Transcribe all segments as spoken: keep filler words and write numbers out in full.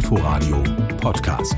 Inforadio Podcast.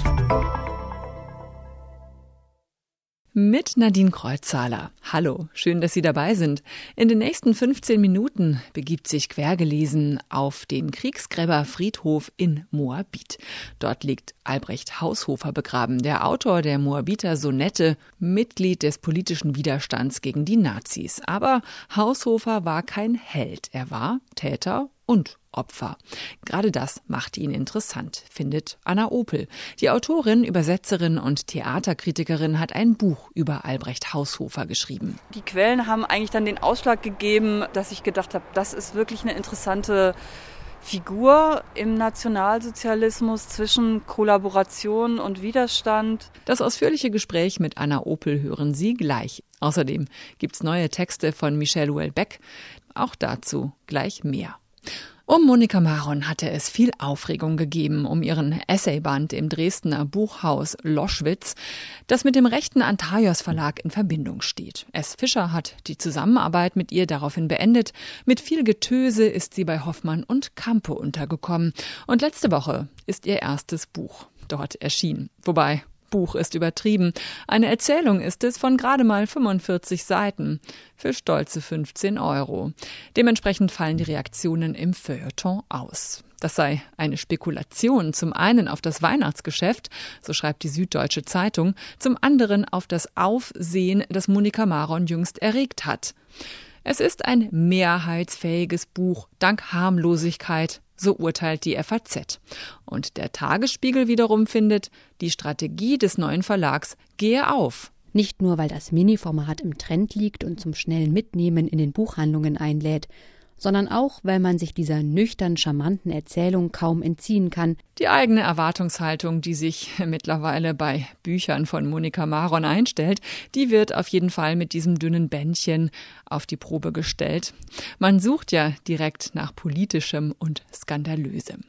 Mit Nadine Kreuzzahler. Hallo, schön, dass Sie dabei sind. In den nächsten fünfzehn Minuten begibt sich Quergelesen auf den Kriegsgräberfriedhof in Moabit. Dort liegt Albrecht Haushofer begraben, der Autor der Moabiter Sonette, Mitglied des politischen Widerstands gegen die Nazis. Aber Haushofer war kein Held, er war Täter und Opfer. Gerade das macht ihn interessant, findet Anna Opel. Die Autorin, Übersetzerin und Theaterkritikerin hat ein Buch über Albrecht Haushofer geschrieben. Die Quellen haben eigentlich dann den Ausschlag gegeben, dass ich gedacht habe, das ist wirklich eine interessante Figur im Nationalsozialismus zwischen Kollaboration und Widerstand. Das ausführliche Gespräch mit Anna Opel hören Sie gleich. Außerdem gibt's neue Texte von Michel Houellebecq. Auch dazu gleich mehr. Um Monika Maron hatte es viel Aufregung gegeben um ihren Essayband im Dresdner Buchhaus Loschwitz, das mit dem rechten Antaios Verlag in Verbindung steht. S. Fischer hat die Zusammenarbeit mit ihr daraufhin beendet. Mit viel Getöse ist sie bei Hoffmann und Campe untergekommen. Und letzte Woche ist ihr erstes Buch dort erschienen. Wobei, Buch ist übertrieben. Eine Erzählung ist es von gerade mal fünfundvierzig Seiten für stolze fünfzehn Euro. Dementsprechend fallen die Reaktionen im Feuilleton aus. Das sei eine Spekulation zum einen auf das Weihnachtsgeschäft, so schreibt die Süddeutsche Zeitung, zum anderen auf das Aufsehen, das Monika Maron jüngst erregt hat. Es ist ein mehrheitsfähiges Buch, dank Harmlosigkeit, so urteilt die F A Z. Und der Tagesspiegel wiederum findet, die Strategie des neuen Verlags gehe auf. Nicht nur, weil das Mini-Format im Trend liegt und zum schnellen Mitnehmen in den Buchhandlungen einlädt, sondern auch, weil man sich dieser nüchtern charmanten Erzählung kaum entziehen kann. Die eigene Erwartungshaltung, die sich mittlerweile bei Büchern von Monika Maron einstellt, die wird auf jeden Fall mit diesem dünnen Bändchen auf die Probe gestellt. Man sucht ja direkt nach Politischem und Skandalösem.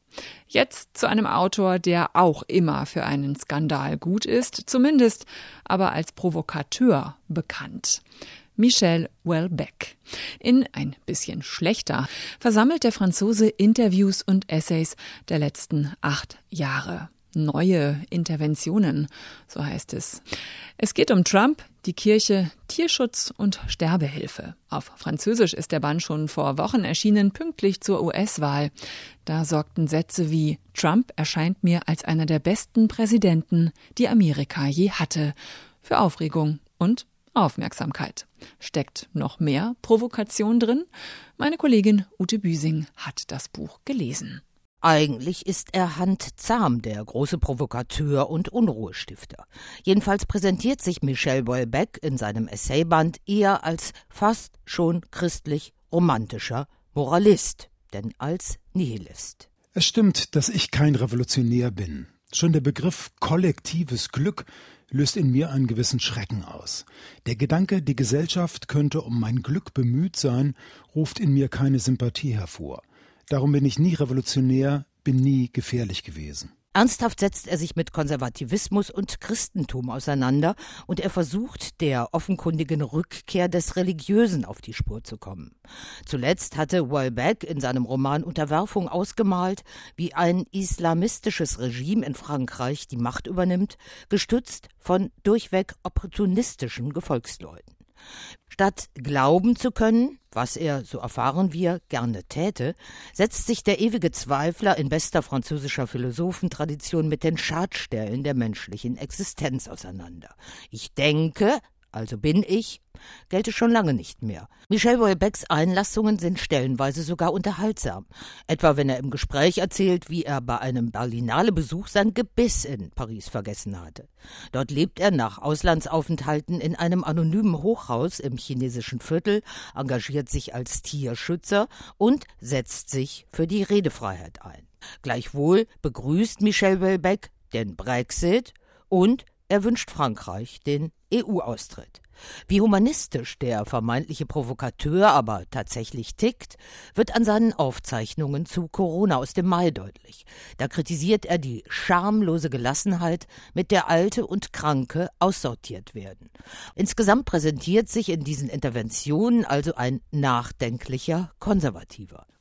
Jetzt zu einem Autor, der auch immer für einen Skandal gut ist, zumindest aber als Provokateur bekannt. Michel Houellebecq. In Ein bisschen schlechter versammelt der Franzose Interviews und Essays der letzten acht Jahre. Neue Interventionen, so heißt es. Es geht um Trump, die Kirche, Tierschutz und Sterbehilfe. Auf Französisch ist der Band schon vor Wochen erschienen, pünktlich zur U S-Wahl. Da sorgten Sätze wie: Trump erscheint mir als einer der besten Präsidenten, die Amerika je hatte, für Aufregung und Aufmerksamkeit. Steckt noch mehr Provokation drin? Meine Kollegin Ute Büsing hat das Buch gelesen. Eigentlich ist er handzahm, der große Provokateur und Unruhestifter. Jedenfalls präsentiert sich Michel Houellebecq in seinem Essayband eher als fast schon christlich-romantischer Moralist, denn als Nihilist. Es stimmt, dass ich kein Revolutionär bin. Schon der Begriff kollektives Glück löst in mir einen gewissen Schrecken aus. Der Gedanke, die Gesellschaft könnte um mein Glück bemüht sein, ruft in mir keine Sympathie hervor. Darum bin ich nie revolutionär, bin nie gefährlich gewesen. Ernsthaft setzt er sich mit Konservativismus und Christentum auseinander und er versucht, der offenkundigen Rückkehr des Religiösen auf die Spur zu kommen. Zuletzt hatte Houellebecq in seinem Roman Unterwerfung ausgemalt, wie ein islamistisches Regime in Frankreich die Macht übernimmt, gestützt von durchweg opportunistischen Gefolgsleuten. Statt glauben zu können, was er, so erfahren wir, gerne täte, setzt sich der ewige Zweifler in bester französischer Philosophentradition mit den Schadstellen der menschlichen Existenz auseinander. Ich denke, also bin ich, gelte schon lange nicht mehr. Michel Houellebecqs Einlassungen sind stellenweise sogar unterhaltsam. Etwa wenn er im Gespräch erzählt, wie er bei einem Berlinale-Besuch sein Gebiss in Paris vergessen hatte. Dort lebt er nach Auslandsaufenthalten in einem anonymen Hochhaus im chinesischen Viertel, engagiert sich als Tierschützer und setzt sich für die Redefreiheit ein. Gleichwohl begrüßt Michel Houellebecq den Brexit und er wünscht Frankreich den E U-Austritt. Wie humanistisch der vermeintliche Provokateur aber tatsächlich tickt, wird an seinen Aufzeichnungen zu Corona aus dem Mai deutlich. Da kritisiert er die schamlose Gelassenheit, mit der Alte und Kranke aussortiert werden. Insgesamt präsentiert sich in diesen Interventionen also ein nachdenklicher Konservativer.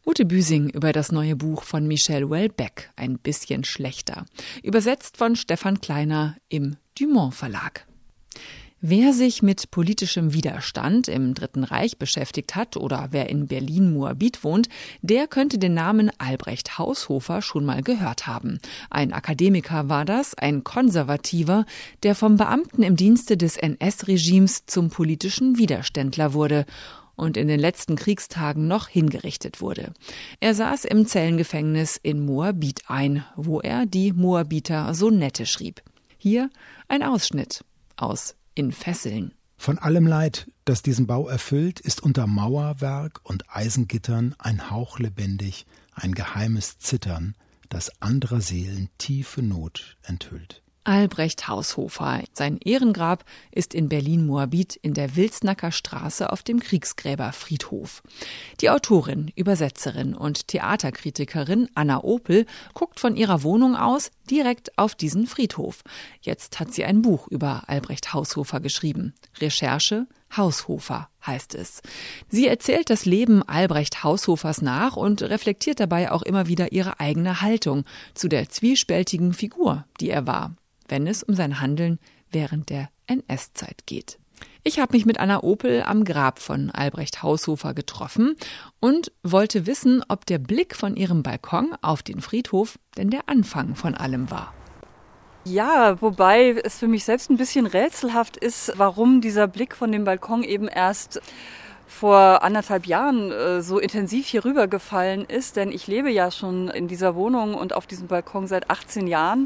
Ute Büsing über das neue Buch von Michel Houellebecq, Ein bisschen schlechter. Übersetzt von Stefan Kleiner im Dumont Verlag. Wer sich mit politischem Widerstand im Dritten Reich beschäftigt hat oder wer in Berlin-Moabit wohnt, der könnte den Namen Albrecht Haushofer schon mal gehört haben. Ein Akademiker war das, ein Konservativer, der vom Beamten im Dienste des N S-Regimes zum politischen Widerständler wurde und in den letzten Kriegstagen noch hingerichtet wurde. Er saß im Zellengefängnis in Moabit ein, wo er die Moabiter Sonette schrieb. Hier ein Ausschnitt aus In Fesseln. Von allem Leid, das diesen Bau erfüllt, ist unter Mauerwerk und Eisengittern ein Hauch lebendig, ein geheimes Zittern, das anderer Seelen tiefe Not enthüllt. Albrecht Haushofer. Sein Ehrengrab ist in Berlin-Moabit in der Wilsnacker Straße auf dem Kriegsgräberfriedhof. Die Autorin, Übersetzerin und Theaterkritikerin Anna Opel guckt von ihrer Wohnung aus direkt auf diesen Friedhof. Jetzt hat sie ein Buch über Albrecht Haushofer geschrieben. Recherche Haushofer heißt es. Sie erzählt das Leben Albrecht Haushofers nach und reflektiert dabei auch immer wieder ihre eigene Haltung zu der zwiespältigen Figur, die er war, wenn es um sein Handeln während der N S-Zeit geht. Ich habe mich mit Anna Opel am Grab von Albrecht Haushofer getroffen und wollte wissen, ob der Blick von ihrem Balkon auf den Friedhof denn der Anfang von allem war. Ja, wobei es für mich selbst ein bisschen rätselhaft ist, warum dieser Blick von dem Balkon eben erst vor anderthalb Jahren äh, so intensiv hier rübergefallen ist. Denn ich lebe ja schon in dieser Wohnung und auf diesem Balkon seit achtzehn Jahren.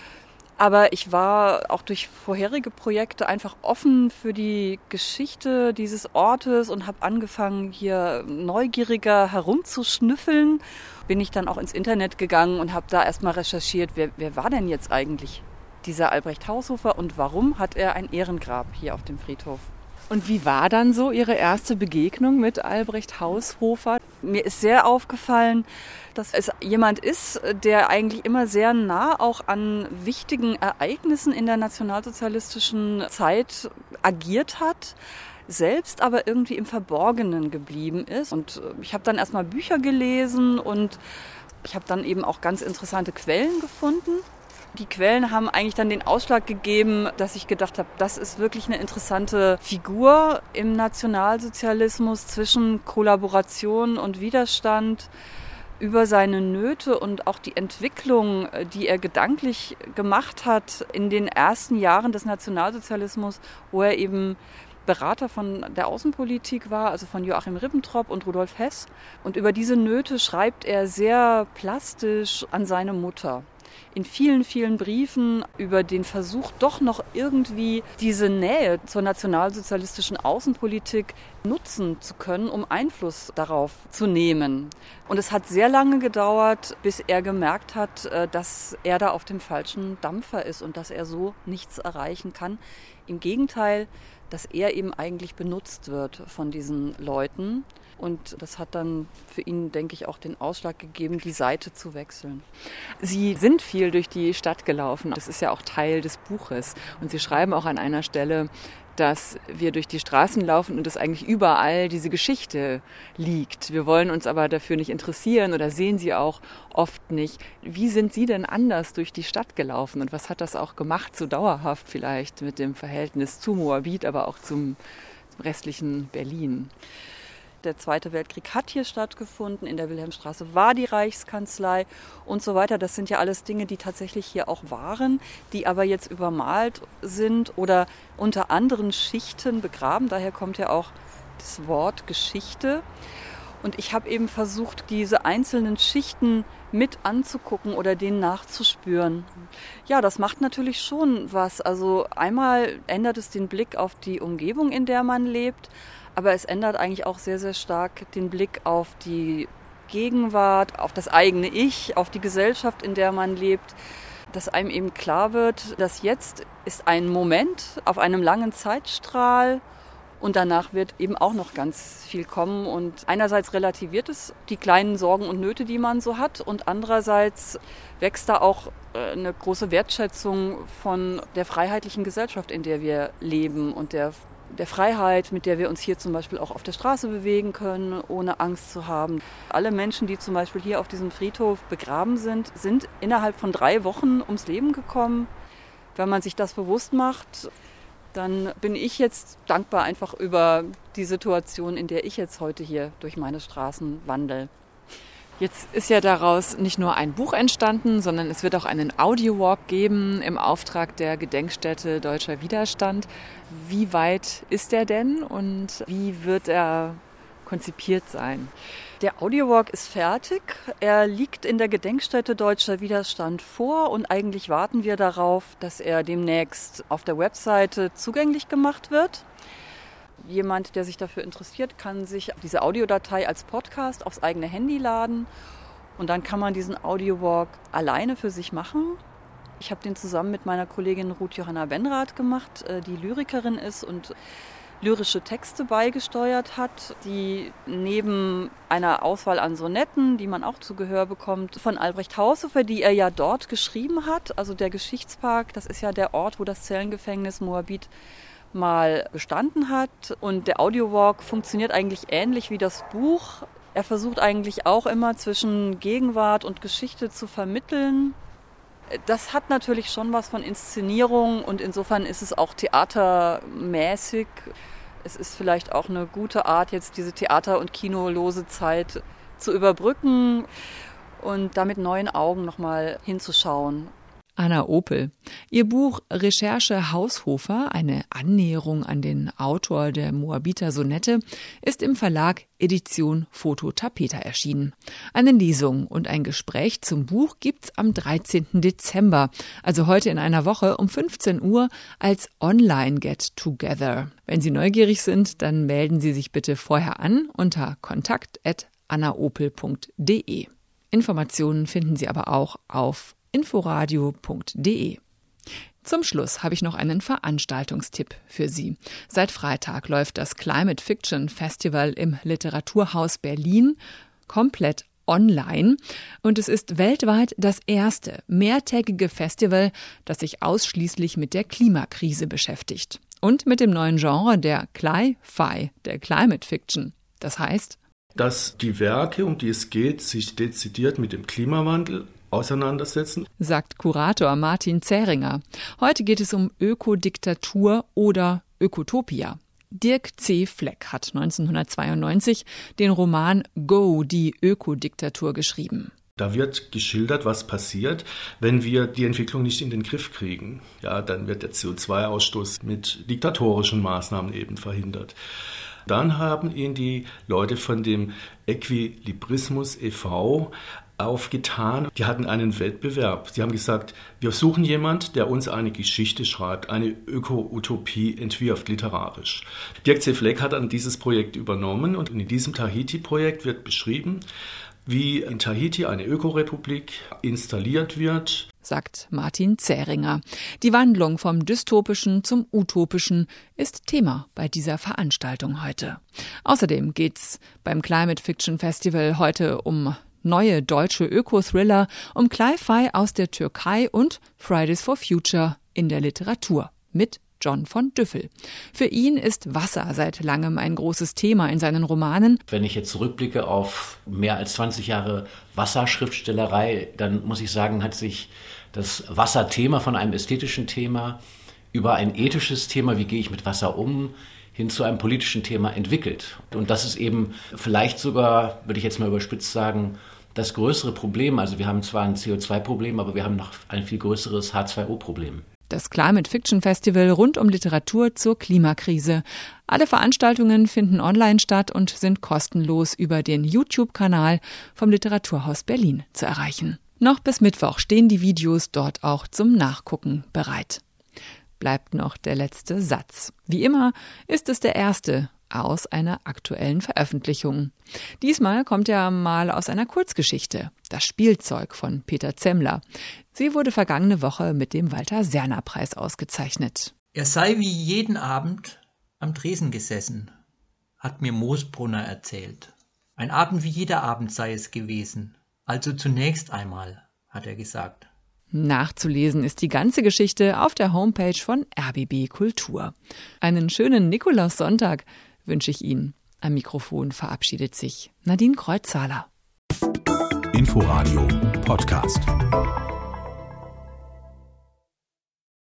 Aber ich war auch durch vorherige Projekte einfach offen für die Geschichte dieses Ortes und habe angefangen, hier neugieriger herumzuschnüffeln. Bin ich dann auch ins Internet gegangen und habe da erstmal recherchiert, wer, wer war denn jetzt eigentlich dieser Albrecht Haushofer und warum hat er ein Ehrengrab hier auf dem Friedhof? Und wie war dann so Ihre erste Begegnung mit Albrecht Haushofer? Mir ist sehr aufgefallen, dass es jemand ist, der eigentlich immer sehr nah auch an wichtigen Ereignissen in der nationalsozialistischen Zeit agiert hat, selbst aber irgendwie im Verborgenen geblieben ist. Und ich habe dann erstmal Bücher gelesen und ich habe dann eben auch ganz interessante Quellen gefunden. Die Quellen haben eigentlich dann den Ausschlag gegeben, dass ich gedacht habe, das ist wirklich eine interessante Figur im Nationalsozialismus zwischen Kollaboration und Widerstand, über seine Nöte und auch die Entwicklung, die er gedanklich gemacht hat in den ersten Jahren des Nationalsozialismus, wo er eben Berater von der Außenpolitik war, also von Joachim Ribbentrop und Rudolf Hess. Und über diese Nöte schreibt er sehr plastisch an seine Mutter. In vielen, vielen Briefen über den Versuch, doch noch irgendwie diese Nähe zur nationalsozialistischen Außenpolitik nutzen zu können, um Einfluss darauf zu nehmen. Und es hat sehr lange gedauert, bis er gemerkt hat, dass er da auf dem falschen Dampfer ist und dass er so nichts erreichen kann. Im Gegenteil, dass er eben eigentlich benutzt wird von diesen Leuten. Und das hat dann für ihn, denke ich, auch den Ausschlag gegeben, die Seite zu wechseln. Sie sind viel durch die Stadt gelaufen. Das ist ja auch Teil des Buches. Und Sie schreiben auch an einer Stelle, dass wir durch die Straßen laufen und dass eigentlich überall diese Geschichte liegt. Wir wollen uns aber dafür nicht interessieren oder sehen sie auch oft nicht. Wie sind Sie denn anders durch die Stadt gelaufen und was hat das auch gemacht, so dauerhaft vielleicht mit dem Verhältnis zu Moabit, aber auch zum, zum restlichen Berlin? Der Zweite Weltkrieg hat hier stattgefunden, in der Wilhelmstraße war die Reichskanzlei und so weiter. Das sind ja alles Dinge, die tatsächlich hier auch waren, die aber jetzt übermalt sind oder unter anderen Schichten begraben. Daher kommt ja auch das Wort Geschichte. Und ich habe eben versucht, diese einzelnen Schichten mit anzugucken oder denen nachzuspüren. Ja, das macht natürlich schon was. Also einmal ändert es den Blick auf die Umgebung, in der man lebt. Aber es ändert eigentlich auch sehr, sehr stark den Blick auf die Gegenwart, auf das eigene Ich, auf die Gesellschaft, in der man lebt. Dass einem eben klar wird, dass jetzt ist ein Moment auf einem langen Zeitstrahl und danach wird eben auch noch ganz viel kommen. Und einerseits relativiert es die kleinen Sorgen und Nöte, die man so hat. Und andererseits wächst da auch eine große Wertschätzung von der freiheitlichen Gesellschaft, in der wir leben und der der Freiheit, mit der wir uns hier zum Beispiel auch auf der Straße bewegen können, ohne Angst zu haben. Alle Menschen, die zum Beispiel hier auf diesem Friedhof begraben sind, sind innerhalb von drei Wochen ums Leben gekommen. Wenn man sich das bewusst macht, dann bin ich jetzt dankbar einfach über die Situation, in der ich jetzt heute hier durch meine Straßen wandle. Jetzt ist ja daraus nicht nur ein Buch entstanden, sondern es wird auch einen Audiowalk geben im Auftrag der Gedenkstätte Deutscher Widerstand. Wie weit ist der denn und wie wird er konzipiert sein? Der Audiowalk ist fertig. Er liegt in der Gedenkstätte Deutscher Widerstand vor und eigentlich warten wir darauf, dass er demnächst auf der Webseite zugänglich gemacht wird. Jemand, der sich dafür interessiert, kann sich diese Audiodatei als Podcast aufs eigene Handy laden und dann kann man diesen Audiowalk alleine für sich machen. Ich habe den zusammen mit meiner Kollegin Ruth Johanna Benrath gemacht, die Lyrikerin ist und lyrische Texte beigesteuert hat, die neben einer Auswahl an Sonetten, die man auch zu Gehör bekommt, von Albrecht Haushofer, die er ja dort geschrieben hat, also der Geschichtspark, das ist ja der Ort, wo das Zellengefängnis Moabit mal bestanden hat. Und der Audiowalk funktioniert eigentlich ähnlich wie das Buch. Er versucht eigentlich auch immer zwischen Gegenwart und Geschichte zu vermitteln. Das hat natürlich schon was von Inszenierung und insofern ist es auch theatermäßig. Es ist vielleicht auch eine gute Art, jetzt diese Theater- und kinolose Zeit zu überbrücken und da mit neuen Augen nochmal hinzuschauen. Anna Opel. Ihr Buch Recherche Haushofer, eine Annäherung an den Autor der Moabiter Sonette, ist im Verlag Edition Foto Tapeta erschienen. Eine Lesung und ein Gespräch zum Buch gibt's am dreizehnten Dezember, also heute in einer Woche um fünfzehn Uhr als Online-Get-Together. Wenn Sie neugierig sind, dann melden Sie sich bitte vorher an unter kontakt at annaopel punkt de. Informationen finden Sie aber auch auf inforadio punkt de. Zum Schluss habe ich noch einen Veranstaltungstipp für Sie. Seit Freitag läuft das Climate Fiction Festival im Literaturhaus Berlin komplett online und es ist weltweit das erste mehrtägige Festival, das sich ausschließlich mit der Klimakrise beschäftigt und mit dem neuen Genre der Cli-Fi, der Climate Fiction. Das heißt, dass die Werke, um die es geht, sich dezidiert mit dem Klimawandel auseinandersetzen, sagt Kurator Martin Zähringer. Heute geht es um Ökodiktatur oder Ökotopia. Dirk C. Fleck hat neunzehnhundertzweiundneunzig den Roman Go, die Ökodiktatur geschrieben. Da wird geschildert, was passiert, wenn wir die Entwicklung nicht in den Griff kriegen. Ja, dann wird der C O zwei Ausstoß mit diktatorischen Maßnahmen eben verhindert. Dann haben ihn die Leute von dem Äquilibrismus e V aufgetan. Die hatten einen Wettbewerb. Sie haben gesagt, wir suchen jemand, der uns eine Geschichte schreibt, eine Öko-Utopie entwirft, literarisch. Dirk C. Fleck hat dann dieses Projekt übernommen und in diesem Tahiti-Projekt wird beschrieben, wie in Tahiti eine Ökorepublik installiert wird, sagt Martin Zähringer. Die Wandlung vom Dystopischen zum Utopischen ist Thema bei dieser Veranstaltung heute. Außerdem geht's beim Climate Fiction Festival heute um neue deutsche Öko-Thriller, um Cli-Fi aus der Türkei und Fridays for Future in der Literatur mit John von Düffel. Für ihn ist Wasser seit langem ein großes Thema in seinen Romanen. Wenn ich jetzt zurückblicke auf mehr als zwanzig Jahre Wasserschriftstellerei, dann muss ich sagen, hat sich das Wasserthema von einem ästhetischen Thema über ein ethisches Thema, wie gehe ich mit Wasser um, hin zu einem politischen Thema entwickelt. Und das ist eben vielleicht sogar, würde ich jetzt mal überspitzt sagen, das größere Problem. Also wir haben zwar ein C O zwei Problem, aber wir haben noch ein viel größeres H zwei O Problem. Das Climate Fiction Festival rund um Literatur zur Klimakrise. Alle Veranstaltungen finden online statt und sind kostenlos über den YouTube-Kanal vom Literaturhaus Berlin zu erreichen. Noch bis Mittwoch stehen die Videos dort auch zum Nachgucken bereit. Bleibt noch der letzte Satz. Wie immer ist es der erste aus einer aktuellen Veröffentlichung. Diesmal kommt er mal aus einer Kurzgeschichte, Das Spielzeug von Peter Zemmler. Sie wurde vergangene Woche mit dem Walter-Serner-Preis ausgezeichnet. Er sei wie jeden Abend am Tresen gesessen, hat mir Moosbrunner erzählt. Ein Abend wie jeder Abend sei es gewesen. Also zunächst einmal, hat er gesagt. Nachzulesen ist die ganze Geschichte auf der Homepage von R B B Kultur. Einen schönen Nikolaussonntag wünsche ich Ihnen. Am Mikrofon verabschiedet sich Nadine Kreuzzahler. Inforadio Podcast.